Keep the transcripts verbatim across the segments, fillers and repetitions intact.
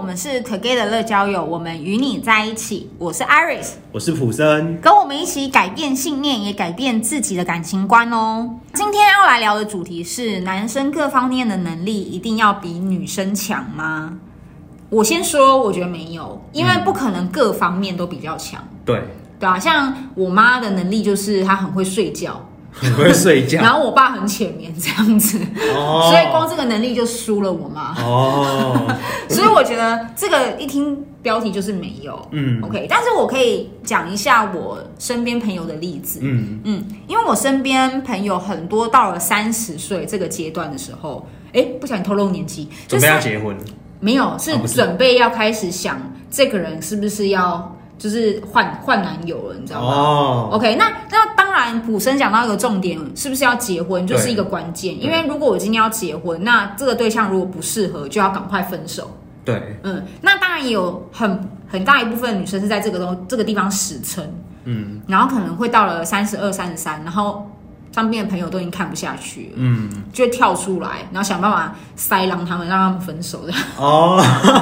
们是 Together 乐交友，我们与你在一起。我是 Iris， 我是普森， 跟我们一起改变信念，也改变自己的感情观哦。今天要来聊的主题是：男生各方面的能力一定要比女生强吗？我先说，我觉得没有，因为不可能各方面都比较强。嗯、 对， 对啊，像我妈的能力就是她很会睡觉。 很会睡觉， 然后我爸很浅眠这样子，哦、所以光这个能力就输了我妈。哦，所以我觉得这个一听标题就是没有，嗯 ，OK。但是我可以讲一下我身边朋友的例子，嗯嗯，因为我身边朋友很多到了三十岁这个阶段的时候，哎，不想透露年纪， 准备要结婚， 没有，是准备要开始想这个人是不是要。就是换换男友了，你知道吗？哦、oh. ，OK， 那那当然，普森讲到一个重点，是不是要结婚，就是一个关键。因为如果我今天要结婚，那这个对象如果不适合，就要赶快分手。 对， 嗯，那当然也有很很大一部分女生是在这个东这个地方死撑，嗯，然后可能会到了三十二、三十三，然后身边的朋友都已经看不下去了，嗯，就会跳出来，然后想办法塞狼他们，让他们分手的。哦，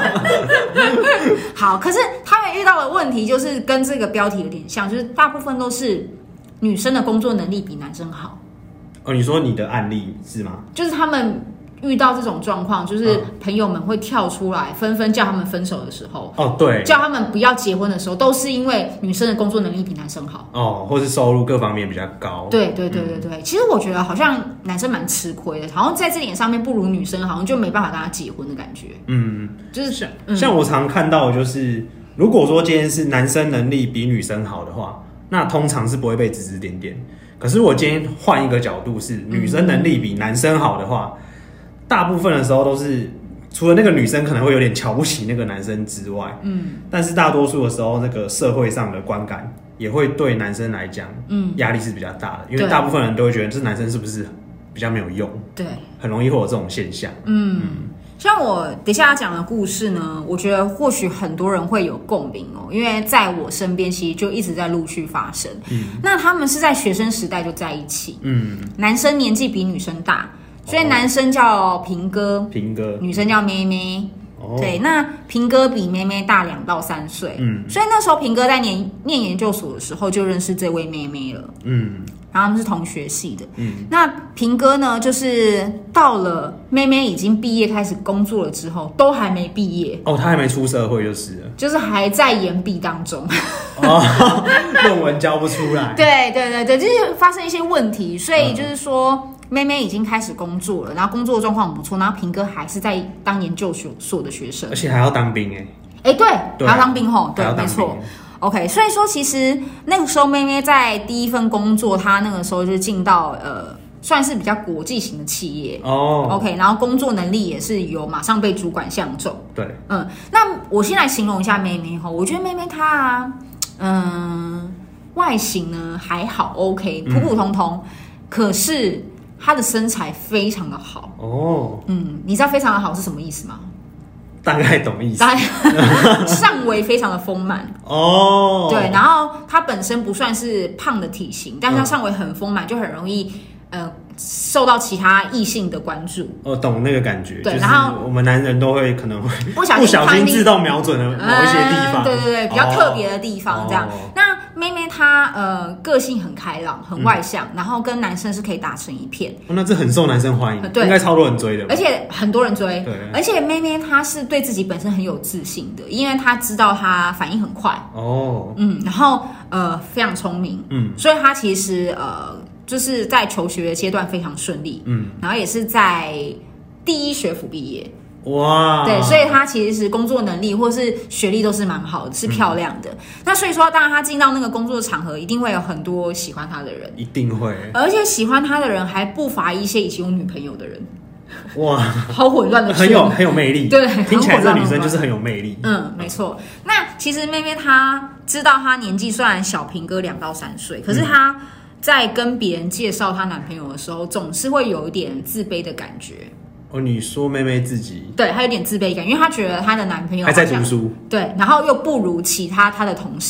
好，可是他们遇到的问题就是跟这个标题有点像，就是大部分都是女生的工作能力比男生好。 哦，你说你的案例是吗？ 就是他们遇到这种状况，就是朋友们会跳出来，纷纷叫他们分手的时候， 哦，对， 叫他们不要结婚的时候，都是因为女生的工作能力比男生好， 哦，或是收入各方面比较高。 对对对对对，嗯、其实我觉得好像男生蛮吃亏的，好像在这点上面不如女生，好像就没办法跟他结婚的感觉。嗯， 就是像、嗯、像我常看到的就是，如果说今天是男生能力比女生好的话，那通常是不会被指指点点。可是我今天换一个角度是，女生能力比男生好的话。嗯大部分的时候都是，除了那个女生可能会有点瞧不起那个男生之外，嗯，但是大多数的时候，那个社会上的观感也会对男生来讲，嗯，压力是比较大的，因为大部分人都会觉得这男生是不是比较没有用， 对， 很容易会有这种现象， 嗯。嗯像我等一下要讲的故事呢，我觉得或许很多人会有共鸣哦，因为在我身边其实就一直在陆续发生。嗯，那他们是在学生时代就在一起，嗯，男生年纪比女生大，所以男生叫平哥， 平哥， 女生叫妹妹。哦、对，那平哥比妹妹大两到三岁，嗯，所以那时候平哥在念念研究所的时候就认识这位妹妹了，嗯。然后他们是同学系的，嗯，那平哥呢，就是到了妹妹已经毕业开始工作了之后，都还没毕业哦，他还没出社会就是了， 就是还在延毕当中， 哦，论文交不出来， 对对对对，就是发生一些问题，所以就是说、嗯、妹妹已经开始工作了，然后工作状况很不错，然后平哥还是在当研究所的学生， 而且还要当兵哎， 哎对，对啊、还要当兵吼，对，没错。OK， 所以说其实那个时候妹妹在第一份工作，她那个时候就进到呃算是比较国际型的企业哦。OK， 然后工作能力也是有马上被主管相中。 对， 嗯，那我先来形容一下妹妹哈，我觉得妹妹她啊，嗯，外形呢还好 ，OK， 普普通通，嗯、可是她的身材非常的好哦。嗯，你知道非常的好是什么意思吗？ 大概懂意思， 上围非常的丰满哦，对，然后他本身不算是胖的体型，但是他上围很丰满，就很容易呃受到其他异性的关注。 哦，懂那个感觉， 对， 就是、 然后我们男人都会可能会不小心不小心自动瞄准了某一些地方， 嗯、对对对，比较特别的地方这样。哦、那妹妹她呃个性很开朗，很外向，嗯、然后跟男生是可以打成一片。 哦，那这很受男生欢迎，对，应该超多人追的， 而且很多人追。对，而且妹妹她是对自己本身很有自信的，因为她知道她反应很快。哦，嗯，然后呃非常聪明，嗯，所以她其实呃就是在求学的阶段非常顺利，嗯，然后也是在第一学府毕业。哇，对，所以他其实是工作能力或是学历都是蛮好的，是漂亮的。嗯、那所以说，当然他进到那个工作场合，一定会有很多喜欢他的人， 一定会。而且喜欢他的人还不乏一些已经有女朋友的人。哇，好混乱的， 很有很有魅力。 对， 听起来这女生就是很有魅力。 嗯，没错。那其实妹妹她知道她年纪虽然小平哥两到三岁，可是她在跟别人介绍她男朋友的时候，总是会有一点自卑的感觉。 哦、你说妹妹自己对她有点自卑感，因为她觉得她的男朋友还在读书， 对，然后又不如其他她的同事，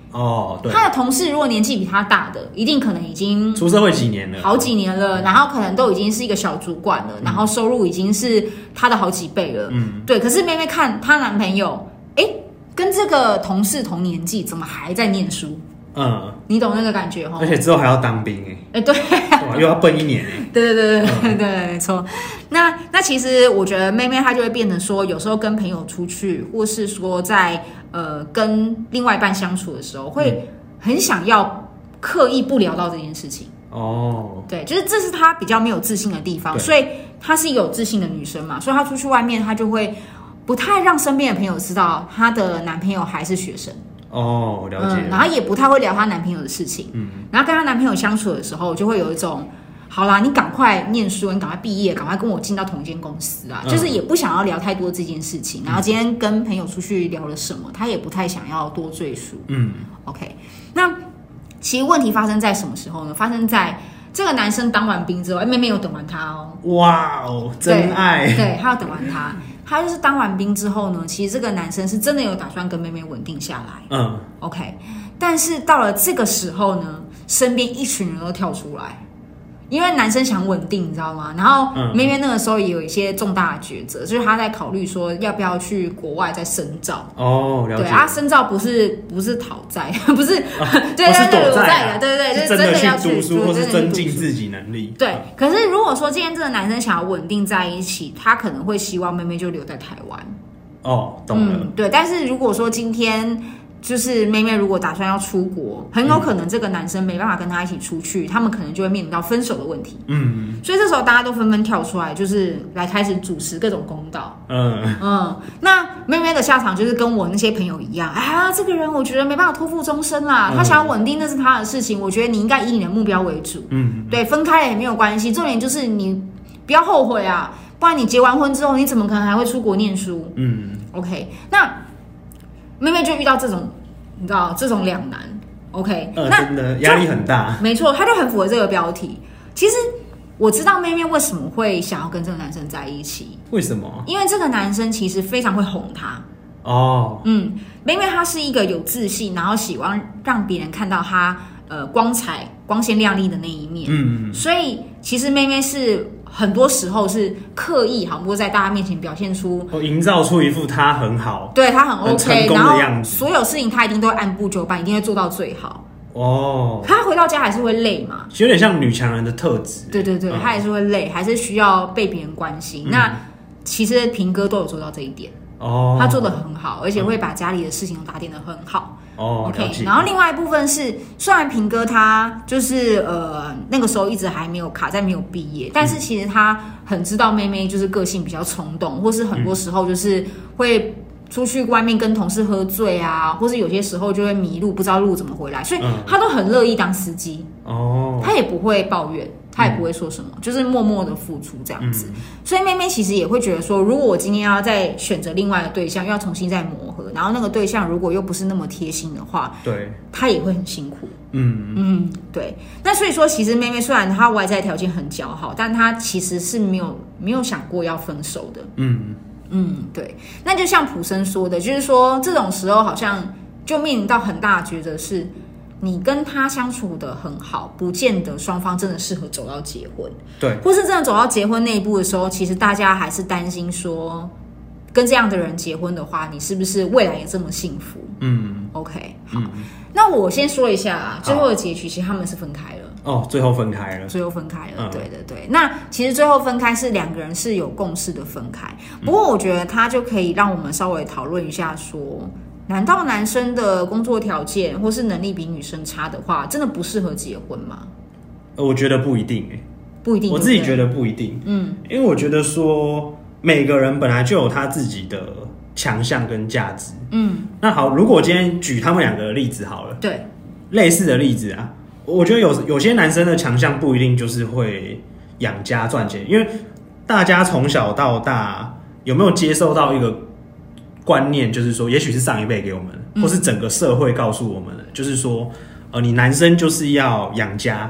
哦，对， 他的同事如果年纪比他大的，一定可能已经出社会几年了， 好几年了，然后可能都已经是一个小主管了，嗯、然后收入已经是他的好几倍了。嗯，对。可是妹妹看她男朋友，哎，跟这个同事同年纪，怎么还在念书？嗯，你懂那个感觉哈？ 而且之后还要当兵哎， 哎对， 又要奔一年哎， 对对对对、嗯、对，没错。那那其实我觉得妹妹她就会变成说，有时候跟朋友出去，或是说在呃跟另外一半相处的时候，会很想要刻意不聊到这件事情。哦，对，就是这是她比较没有自信的地方，所以她是一个有自信的女生嘛，所以她出去外面，她就会不太让身边的朋友知道她的男朋友还是学生。 哦，了解、嗯。 然后也不太会聊她男朋友的事情。嗯。然后跟她男朋友相处的时候，就会有一种，好啦，你赶快念书，你赶快毕业，赶快跟我进到同一间公司啊！嗯、就是也不想要聊太多这件事情。然后今天跟朋友出去聊了什么，她也不太想要多赘述。嗯。OK， 那其实问题发生在什么时候呢？发生在这个男生当完兵之后，哎，妹妹有等完他哦。 哇哦，真爱。 对，对他要等完他。他就是当完兵之后呢，其实这个男生是真的有打算跟妹妹稳定下来。嗯 ，OK。但是到了这个时候呢，身边一群人都跳出来，因为男生想稳定，你知道吗？然后妹妹那个时候也有一些重大的抉择，就是他在考虑说要不要去国外再深造。 哦，了解。 对啊，深造不是不是讨债，不是，哦、对对对，躲债的，对对对，就是真的要去读书，或是增进自己能力。 对，可是如果说今天这个男生想要稳定在一起，他可能会希望妹妹就留在台湾。 哦，懂了。 嗯，对。但是如果说今天就是妹妹如果打算要出国，很有可能这个男生没办法跟她一起出去，他们可能就会面临到分手的问题。嗯，所以这时候大家都纷纷跳出来，就是来开始主持各种公道。嗯嗯，那妹妹的下场就是跟我那些朋友一样，啊，这个人我觉得没办法托付终身啦，嗯、他想要稳定那是他的事情，我觉得你应该以你的目标为主。嗯，对，分开了也没有关系，重点就是你不要后悔啊，不然你结完婚之后，你怎么可能还会出国念书？嗯 ，OK， 那。妹妹就遇到这种，你知道这种两难 ，OK，、 呃、那真的压力很大。 没错，她就很符合这个标题。其实我知道妹妹为什么会想要跟这个男生在一起。 为什么？ 因为这个男生其实非常会哄她。 哦， 嗯，妹妹她是一个有自信，然后喜欢让别人看到她呃光彩、光鲜亮丽的那一面。嗯，所以其实妹妹是。很多时候是刻意好，不过在大家面前表现出， 哦，营造出一副他很好， 对他很 OK， 很成功的样子。 所有事情他一定都会按部就班，一定会做到最好。哦，他回到家还是会累嘛， 有点像女强人的特质。 对对对，嗯、他也是会累，还是需要被别人关心。嗯、那其实平哥都有做到这一点。哦，他做得很好，而且会把家里的事情都打点得很好。哦 ，OK。然后另外一部分是，虽然平哥他就是呃那个时候一直还没有卡在没有毕业，但是其实他很知道妹妹就是个性比较冲动，或是很多时候就是会出去外面跟同事喝醉啊，或是有些时候就会迷路，不知道路怎么回来，所以他都很乐意当司机。哦，他也不会抱怨。他也不会说什么，嗯、就是默默的付出这样子。嗯、所以妹妹其实也会觉得说，如果我今天要再选择另外的对象，又要重新再磨合，然后那个对象如果又不是那么贴心的话， 对， 她也会很辛苦。嗯嗯，对。那所以说，其实妹妹虽然她外在条件很姣好，但她其实是没有没有想过要分手的。嗯嗯，对。那就像普生说的，就是说这种时候好像就面临到很大的抉择是。你跟他相处的很好，不见得双方真的适合走到结婚， 对， 或是真的走到结婚那一步的时候，其实大家还是担心说，跟这样的人结婚的话，你是不是未来也这么幸福？嗯 ，OK， 好，嗯、那我先说一下啊，最后的结局其实他们是分开了。 哦，最后分开了， 最后分开了，嗯、对对对。那其实最后分开是两个人是有共识的分开，不过我觉得他就可以让我们稍微讨论一下说。难道男生的工作条件或是能力比女生差的话，真的不适合结婚吗？ 我觉得不一定、欸、 不一定。 我自己觉得不一定。嗯，因为我觉得说每个人本来就有他自己的强项跟价值。嗯，那好，如果我今天举他们两个的例子好了， 对， 类似的例子啊，我觉得有有些男生的强项不一定就是会养家赚钱，因为大家从小到大有没有接受到一个观念，就是说，也许是上一辈给我们，嗯、或是整个社会告诉我们的，就是说，呃，你男生就是要养家，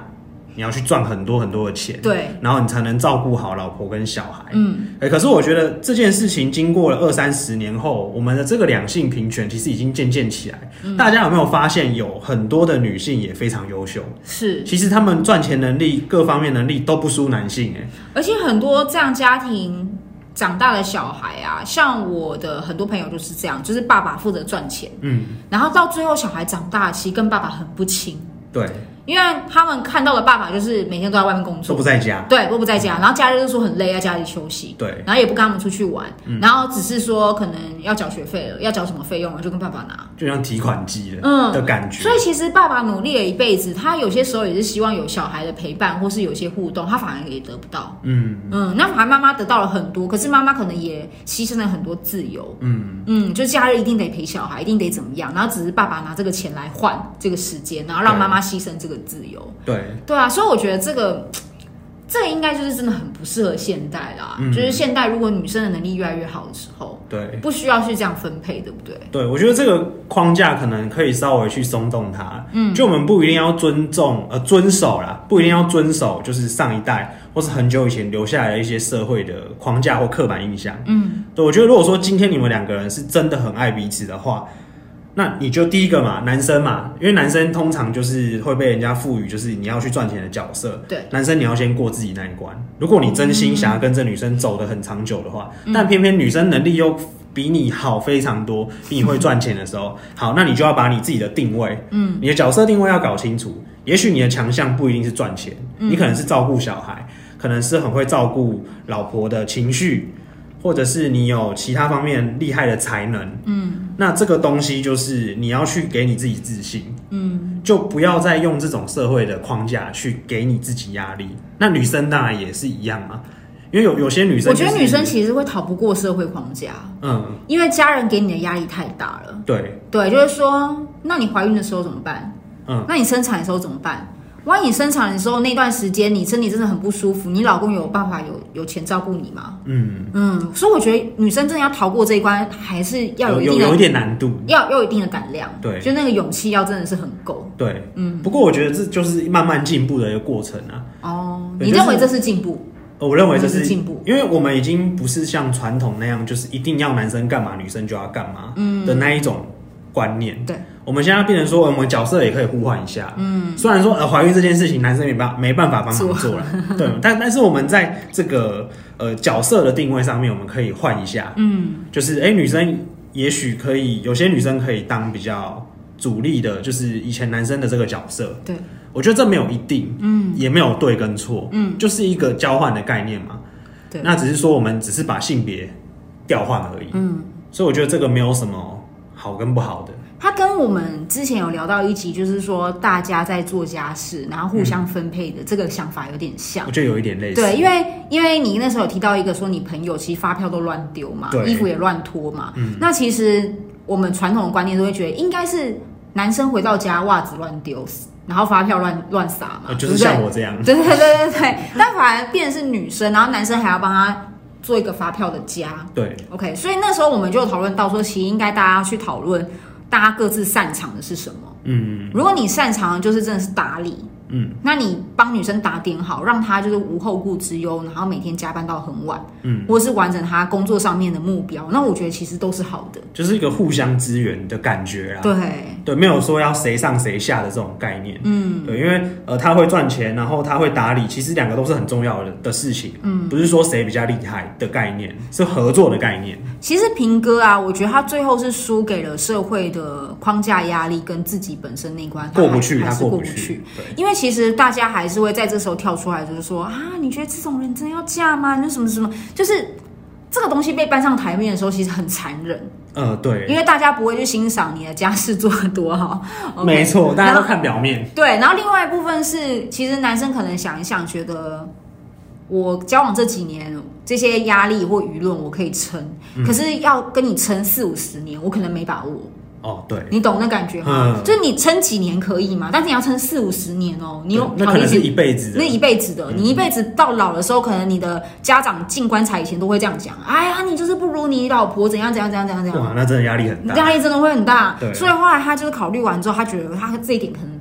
你要去赚很多很多的钱， 对， 然后你才能照顾好老婆跟小孩。嗯，欸、可是我觉得这件事情经过了二三十年后，我们的这个两性平权其实已经渐渐起来。嗯、大家有没有发现，有很多的女性也非常优秀？ 是， 其实她们赚钱能力、各方面能力都不输男性、欸。 而且很多这样家庭长大的小孩啊，像我的很多朋友就是这样，就是爸爸负责赚钱，嗯，然后到最后小孩长大，其实跟爸爸很不亲。 对。 因为他们看到的爸爸就是每天都在外面工作， 都不在家， 对，都不在家，然后假日就说很累，在家里休息， 对， 然后也不跟他们出去玩，嗯、然后只是说可能要缴学费了，要缴什么费用了，就跟爸爸拿， 就像提款机的，嗯的感觉。 所以其实爸爸努力了一辈子，他有些时候也是希望有小孩的陪伴，或是有些互动，他反而也得不到，嗯嗯，那反而妈妈得到了很多，可是妈妈可能也牺牲了很多自由，嗯嗯，就假日一定得陪小孩，一定得怎么样，然后只是爸爸拿这个钱来换这个时间，然后让妈妈牺牲这个自由， 对。 对啊，所以我觉得这个这个应该就是真的很不适合现代啦。嗯、就是现代如果女生的能力越来越好的时候， 对， 不需要去这样分配，对不对？ 对，我觉得这个框架可能可以稍微去松动它。嗯，就我们不一定要尊重呃遵守啦，不一定要遵守就是上一代或是很久以前留下来的一些社会的框架或刻板印象。嗯，对，我觉得如果说今天你们两个人是真的很爱彼此的话。那你就第一个嘛，男生嘛，因为男生通常就是会被人家赋予，就是你要去赚钱的角色。 对， 男生你要先过自己那一关。如果你真心想要跟这女生走得很长久的话，嗯、但偏偏女生能力又比你好非常多，比你会赚钱的时候，好，那你就要把你自己的定位，嗯，你的角色定位要搞清楚。也许你的强项不一定是赚钱，嗯、你可能是照顾小孩，可能是很会照顾老婆的情绪。或者是你有其他方面厉害的才能，嗯，那这个东西就是你要去给你自己自信，嗯，就不要再用这种社会的框架去给你自己压力。那女生当然也是一样嘛，因为有有些女生、就是， 我觉得女生其实会逃不过社会框架，嗯，因为家人给你的压力太大了， 对， 对，就是说，那你怀孕的时候怎么办？嗯，那你生产的时候怎么办？万一你生产的时候那段时间你身体真的很不舒服，你老公有办法有有钱照顾你吗？嗯嗯，所以我觉得女生真的要逃过这一关，还是要有一定的有, 有一点难度， 要要有一定的胆量， 对， 就那个勇气要真的是很够。 对，嗯。不过我觉得这就是慢慢进步的一个过程啊。 哦，你认为这是进步？ 我认为这是进步， 因为我们已经不是像传统那样，就是一定要男生干嘛，女生就要干嘛的那一种观念。 对。 我们现在变成说，我们角色也可以互换一下。嗯，虽然说呃怀孕这件事情男生没办没办法帮忙做了，对，但但是我们在这个呃角色的定位上面，我们可以换一下。嗯，就是哎、欸，女生也许可以，有些女生可以当比较主力的，就是以前男生的这个角色。 对， 我觉得这没有一定，嗯，也没有对跟错，嗯，就是一个交换的概念嘛。对，那只是说我们只是把性别调换而已。嗯，所以我觉得这个没有什么好跟不好的。 他跟我们之前有聊到一集，就是说大家在做家事，然后互相分配的、嗯、这个想法有点像， 我觉得有一点类似。 对，因为因为你那时候有提到一个说你朋友其实发票都乱丢嘛，衣服也乱脱嘛，嗯，那其实我们传统的观念都会觉得应该是男生回到家袜子乱丢，然后发票乱乱撒嘛、 呃，就是像我这样， 对对对对对，但反而变成是女生，然后男生还要帮他做一个发票的家， 对 ，OK， 所以那时候我们就讨论到说，其实应该大家去讨论。大家各自擅长的是什么？嗯，如果你擅长的就是真的是打理，嗯，那你帮女生打点好，让她就是无后顾之忧，然后每天加班到很晚，嗯，或者是完成她工作上面的目标，那我觉得其实都是好的， 就是一个互相支援的感觉啊。 对对，没有说要谁上谁下的这种概念。嗯，对，因为呃，他会赚钱，然后他会打理，其实两个都是很重要的的事情。嗯，不是说谁比较厉害的概念，是合作的概念。 其实平哥啊，我觉得他最后是输给了社会的框架压力跟自己本身那关过不去， 他过不去。 对，因为其实大家还是会在这时候跳出来，就是说啊，你觉得这种人真的要嫁吗？你说什么什么，就是这个东西被搬上台面的时候，其实很残忍。 呃，对， 因为大家不会去欣赏你的家事做得多好， okay, 没错，大家都看表面。 对，然后另外一部分是，其实男生可能想一想，觉得我交往这几年这些压力或舆论我可以撑、嗯，可是要跟你撑四五十年，我可能没把握。 哦，对， 你懂那感觉吗？嗯、就是你撑几年可以嘛，但是你要撑四五十年哦，你有那可能是一辈子的， 那一辈子的、嗯，你一辈子到老的时候，可能你的家长进棺材以前都会这样讲，哎呀，你就是不如你老婆怎样怎样怎样怎样怎样。 哇，那真的压力很大， 压力真的会很大。 对， 所以后来他就是考虑完之后，他觉得他这一点可能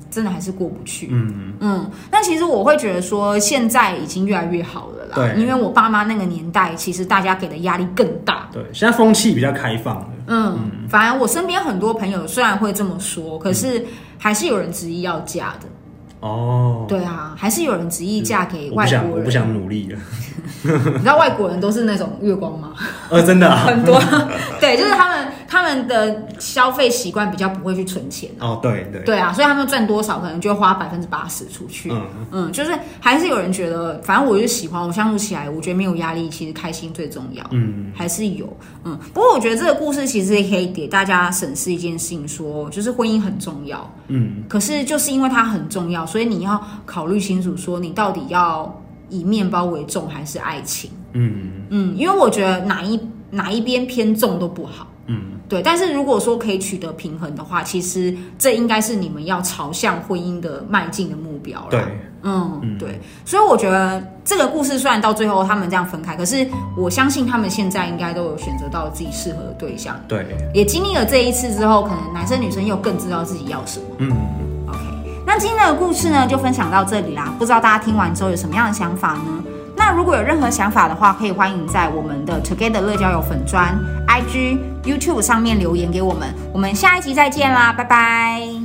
真的还是过不去。嗯嗯，那其实我会觉得说，现在已经越来越好了啦。对，因为我爸妈那个年代，其实大家给的压力更大。 对，现在风气比较开放了。 嗯，嗯反而我身边很多朋友虽然会这么说，可是还是有人执意要嫁的。哦，对啊，还是有人执意嫁给外国人。 我不想，我不想努力了。 你知道外国人都是那种月光吗？ 呃，真的、啊、 很多，对，就是他们他们的消费习惯比较不会去存钱、 啊。哦，对对， 对啊，所以他们赚多少可能就花百分之八十出去。嗯嗯，就是还是有人觉得，反正我就喜欢，我相处起来，我觉得没有压力，其实开心最重要。嗯，还是有。嗯，不过我觉得这个故事其实也可以给大家审视一件事情说，说就是婚姻很重要。嗯，可是就是因为它很重要，所以你要考虑清楚，说你到底要以面包为重还是爱情。嗯嗯，因为我觉得哪一哪一边偏重都不好。嗯，对。但是如果说可以取得平衡的话，其实这应该是你们要朝向婚姻的迈进的目标了。 对， 嗯，嗯对。所以我觉得这个故事虽然到最后他们这样分开，可是我相信他们现在应该都有选择到自己适合的对象。 对， 也经历了这一次之后，可能男生女生又更知道自己要什么。嗯 ，OK。那今天的故事呢，就分享到这里啦。不知道大家听完之后有什么样的想法呢？那如果有任何想法的话，可以欢迎在我们的 Together 乐交友粉专、I G、YouTube 上面留言给我们。我们下一集再见啦，拜拜。